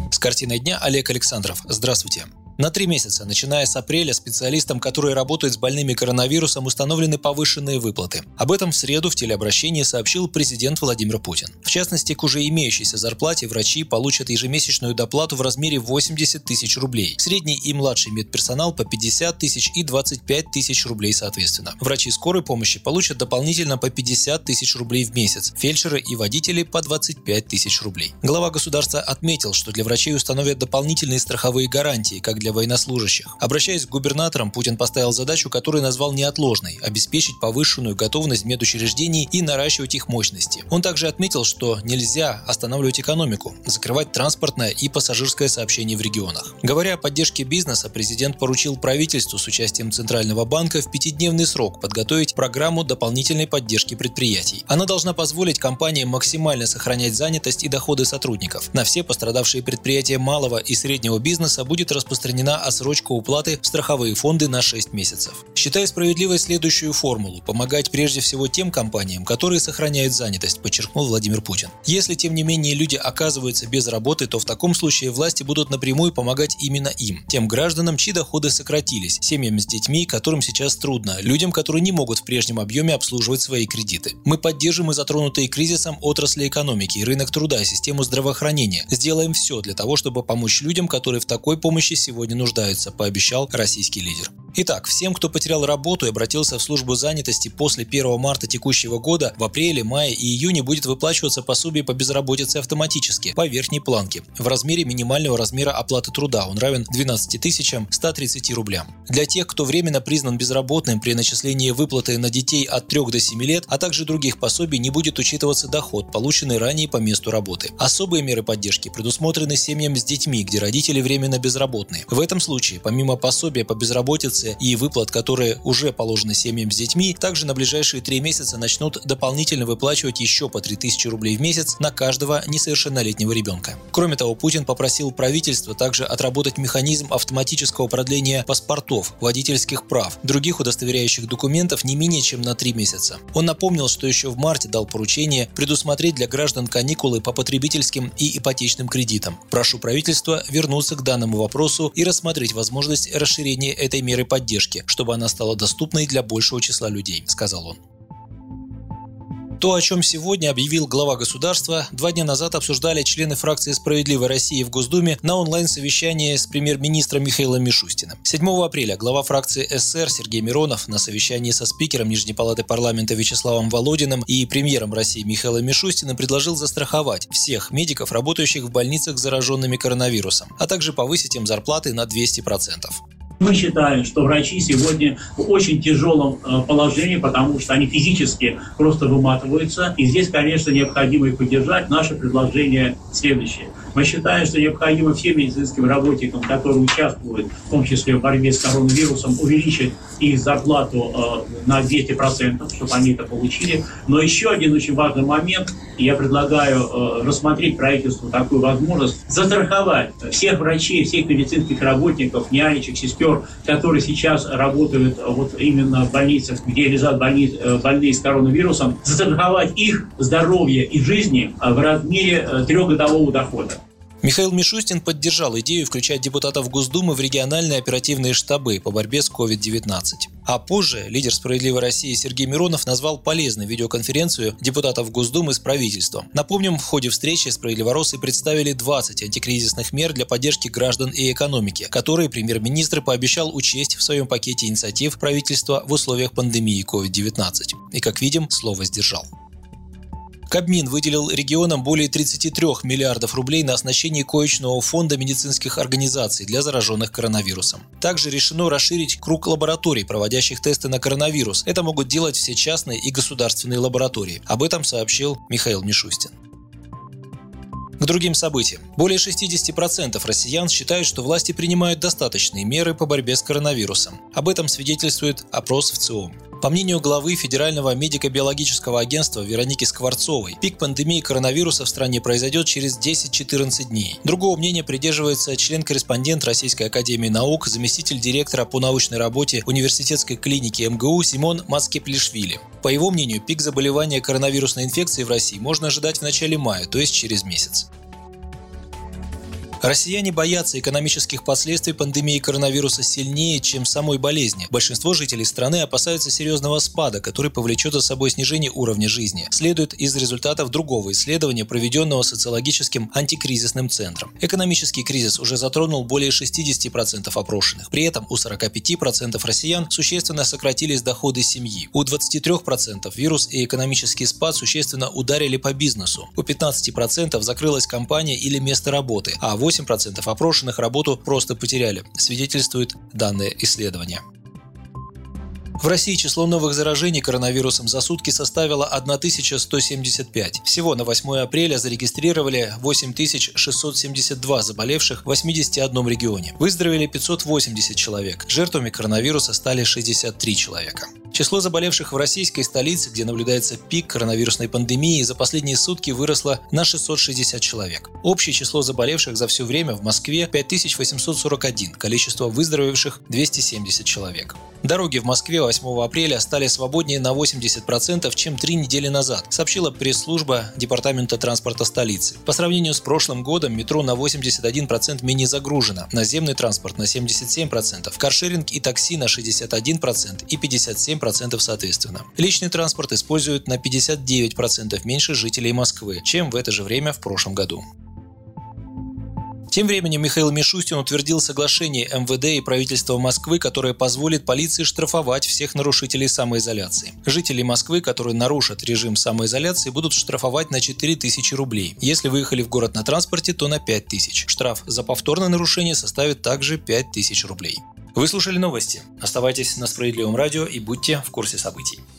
С картиной дня Олег Александров. Здравствуйте. На 3 месяца, начиная с апреля, специалистам, которые работают с больными коронавирусом, установлены повышенные выплаты. Об этом в среду в телеобращении сообщил президент Владимир Путин. В частности, к уже имеющейся зарплате врачи получат ежемесячную доплату в размере 80 тысяч рублей. Средний и младший медперсонал по 50 тысяч и 25 тысяч рублей соответственно. Врачи скорой помощи получат дополнительно по 50 тысяч рублей в месяц, фельдшеры и водители по 25 тысяч рублей. Глава государства отметил, что для врачей установят дополнительные страховые гарантии, как для военнослужащих. Обращаясь к губернаторам, Путин поставил задачу, которую назвал неотложной – обеспечить повышенную готовность медучреждений и наращивать их мощности. Он также отметил, что нельзя останавливать экономику, закрывать транспортное и пассажирское сообщение в регионах. Говоря о поддержке бизнеса, президент поручил правительству с участием Центрального банка в 5-дневный срок подготовить программу дополнительной поддержки предприятий. Она должна позволить компаниям максимально сохранять занятость и доходы сотрудников. На все пострадавшие предприятия малого и среднего бизнеса будет распространена отсрочка уплаты в страховые фонды на 6 месяцев. Считаю справедливой следующую формулу – помогать прежде всего тем компаниям, которые сохраняют занятость, подчеркнул Владимир Путин. Если, тем не менее, люди оказываются без работы, то в таком случае власти будут напрямую помогать именно им, тем гражданам, чьи доходы сократились, семьям с детьми, которым сейчас трудно, людям, которые не могут в прежнем объеме обслуживать свои кредиты. Мы поддержим и затронутые кризисом отрасли экономики, рынок труда, систему здравоохранения. Сделаем все для того, чтобы помочь людям, которые в такой помощи сегодня нуждаются, пообещал российский лидер. Итак, всем, кто потерял работу и обратился в службу занятости после 1 марта текущего года, в апреле, мае и июне будет выплачиваться пособие по безработице автоматически, по верхней планке, в размере минимального размера оплаты труда, он равен 12 130 рублям. Для тех, кто временно признан безработным, при начислении выплаты на детей от 3 до 7 лет, а также других пособий, не будет учитываться доход, полученный ранее по месту работы. Особые меры поддержки предусмотрены семьям с детьми, где родители временно безработные. В этом случае, помимо пособия по безработице и выплат, которые уже положены семьям с детьми, также на ближайшие 3 месяца начнут дополнительно выплачивать еще по 3000 рублей в месяц на каждого несовершеннолетнего ребенка. Кроме того, Путин попросил правительство также отработать механизм автоматического продления паспортов, водительских прав, других удостоверяющих документов не менее чем на 3 месяца. Он напомнил, что еще в марте дал поручение предусмотреть для граждан каникулы по потребительским и ипотечным кредитам. Прошу правительства вернуться к данному вопросу и рассмотреть возможность расширения этой меры поддержки, чтобы она стала доступной для большего числа людей, сказал он. То, о чем сегодня объявил глава государства, 2 дня назад обсуждали члены фракции «Справедливой России» в Госдуме на онлайн-совещании с премьер-министром Михаилом Мишустиным. 7 апреля глава фракции СССР Сергей Миронов на совещании со спикером Нижней палаты парламента Вячеславом Володиным и премьером России Михаилом Мишустиным предложил застраховать всех медиков, работающих в больницах с зараженными коронавирусом, а также повысить им зарплаты на 200%. Мы считаем, что врачи сегодня в очень тяжелом положении, потому что они физически просто выматываются. И здесь, конечно, необходимо их поддержать. Наше предложение следующее. Мы считаем, что необходимо всем медицинским работникам, которые участвуют, в том числе в борьбе с коронавирусом, увеличить их зарплату на 200%, чтобы они это получили. Но еще один очень важный момент, я предлагаю рассмотреть правительству такую возможность, застраховать всех врачей, всех медицинских работников, нянечек, сестер, которые сейчас работают вот именно в больницах, где лежат больные с коронавирусом, застраховать их здоровье и жизни в размере 3-годового дохода. Михаил Мишустин поддержал идею включать депутатов Госдумы в региональные оперативные штабы по борьбе с COVID-19. А позже лидер «Справедливой России» Сергей Миронов назвал полезной видеоконференцию депутатов Госдумы с правительством. Напомним, в ходе встречи справедливороссы представили 20 антикризисных мер для поддержки граждан и экономики, которые премьер-министр пообещал учесть в своем пакете инициатив правительства в условиях пандемии COVID-19. И, как видим, слово сдержал. Кабмин выделил регионам более 33 миллиардов рублей на оснащение коечного фонда медицинских организаций для зараженных коронавирусом. Также решено расширить круг лабораторий, проводящих тесты на коронавирус. Это могут делать все частные и государственные лаборатории. Об этом сообщил Михаил Мишустин. К другим событиям. Более 60% россиян считают, что власти принимают достаточные меры по борьбе с коронавирусом. Об этом свидетельствует опрос в ЦИОМ. По мнению главы Федерального медико-биологического агентства Вероники Скворцовой, пик пандемии коронавируса в стране произойдет через 10-14 дней. Другого мнения придерживается член-корреспондент Российской академии наук, заместитель директора по научной работе университетской клиники МГУ Симон Мацкеплишвили. По его мнению, пик заболевания коронавирусной инфекцией в России можно ожидать в начале мая, то есть через месяц. Россияне боятся экономических последствий пандемии коронавируса сильнее, чем самой болезни. Большинство жителей страны опасаются серьезного спада, который повлечет за собой снижение уровня жизни. Следует из результатов другого исследования, проведенного социологическим антикризисным центром. Экономический кризис уже затронул более 60% опрошенных. При этом у 45% россиян существенно сократились доходы семьи. У 23% вирус и экономический спад существенно ударили по бизнесу. У 15% закрылась компания или место работы, а 8% опрошенных работу просто потеряли, свидетельствуют данные исследования. В России число новых заражений коронавирусом за сутки составило 1175. Всего на 8 апреля зарегистрировали 8672 заболевших в 81 регионе. Выздоровели 580 человек. Жертвами коронавируса стали 63 человека. Число заболевших в российской столице, где наблюдается пик коронавирусной пандемии, за последние сутки выросло на 660 человек. Общее число заболевших за все время в Москве – 5841, количество выздоровевших – 270 человек. Дороги в Москве 8 апреля стали свободнее на 80%, чем 3 недели назад, сообщила пресс-служба Департамента транспорта столицы. По сравнению с прошлым годом метро на 81% менее загружено, наземный транспорт на 77%, каршеринг и такси на 61% и 57% соответственно. Личный транспорт используют на 59% меньше жителей Москвы, чем в это же время в прошлом году. Тем временем Михаил Мишустин утвердил соглашение МВД и правительства Москвы, которое позволит полиции штрафовать всех нарушителей самоизоляции. Жители Москвы, которые нарушат режим самоизоляции, будут штрафовать на 4000 рублей. Если выехали в город на транспорте, то на 5000. Штраф за повторное нарушение составит также 5000 рублей. Вы слушали новости. Оставайтесь на Справедливом радио и будьте в курсе событий.